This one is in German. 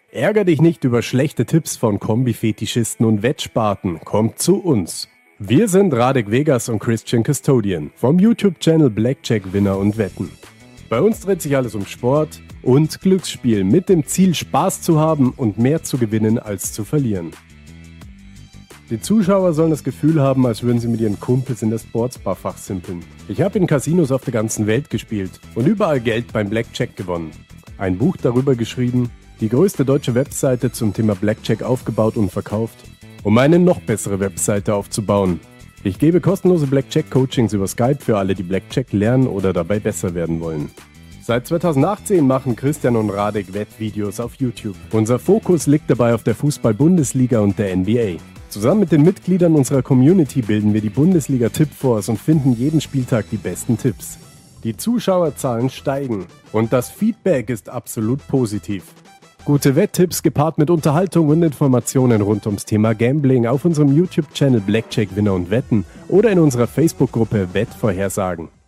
Ärger dich nicht über schlechte Tipps von Kombi-Fetischisten und Wettspaten. Kommt zu uns. Wir sind Radek Vegas und Christian Custodian vom YouTube-Channel Blackjack Winner und Wetten. Bei uns dreht sich alles um Sport und Glücksspiel mit dem Ziel, Spaß zu haben und mehr zu gewinnen als zu verlieren. Die Zuschauer sollen das Gefühl haben, als würden sie mit ihren Kumpels in der Sportsbar fachsimpeln. Ich habe in Casinos auf der ganzen Welt gespielt und überall Geld beim Blackjack gewonnen. Ein Buch darüber geschrieben, die größte deutsche Webseite zum Thema Blackjack aufgebaut und verkauft, um eine noch bessere Webseite aufzubauen. Ich gebe kostenlose Blackjack-Coachings über Skype für alle, die Blackjack lernen oder dabei besser werden wollen. Seit 2018 machen Christian und Radek Wettvideos auf YouTube. Unser Fokus liegt dabei auf der Fußball-Bundesliga und der NBA. Zusammen mit den Mitgliedern unserer Community bilden wir die Bundesliga-Tippforce und finden jeden Spieltag die besten Tipps. Die Zuschauerzahlen steigen und das Feedback ist absolut positiv. Gute Wetttipps gepaart mit Unterhaltung und Informationen rund ums Thema Gambling auf unserem YouTube-Channel Blackjack Winner und Wetten oder in unserer Facebook-Gruppe Wettvorhersagen.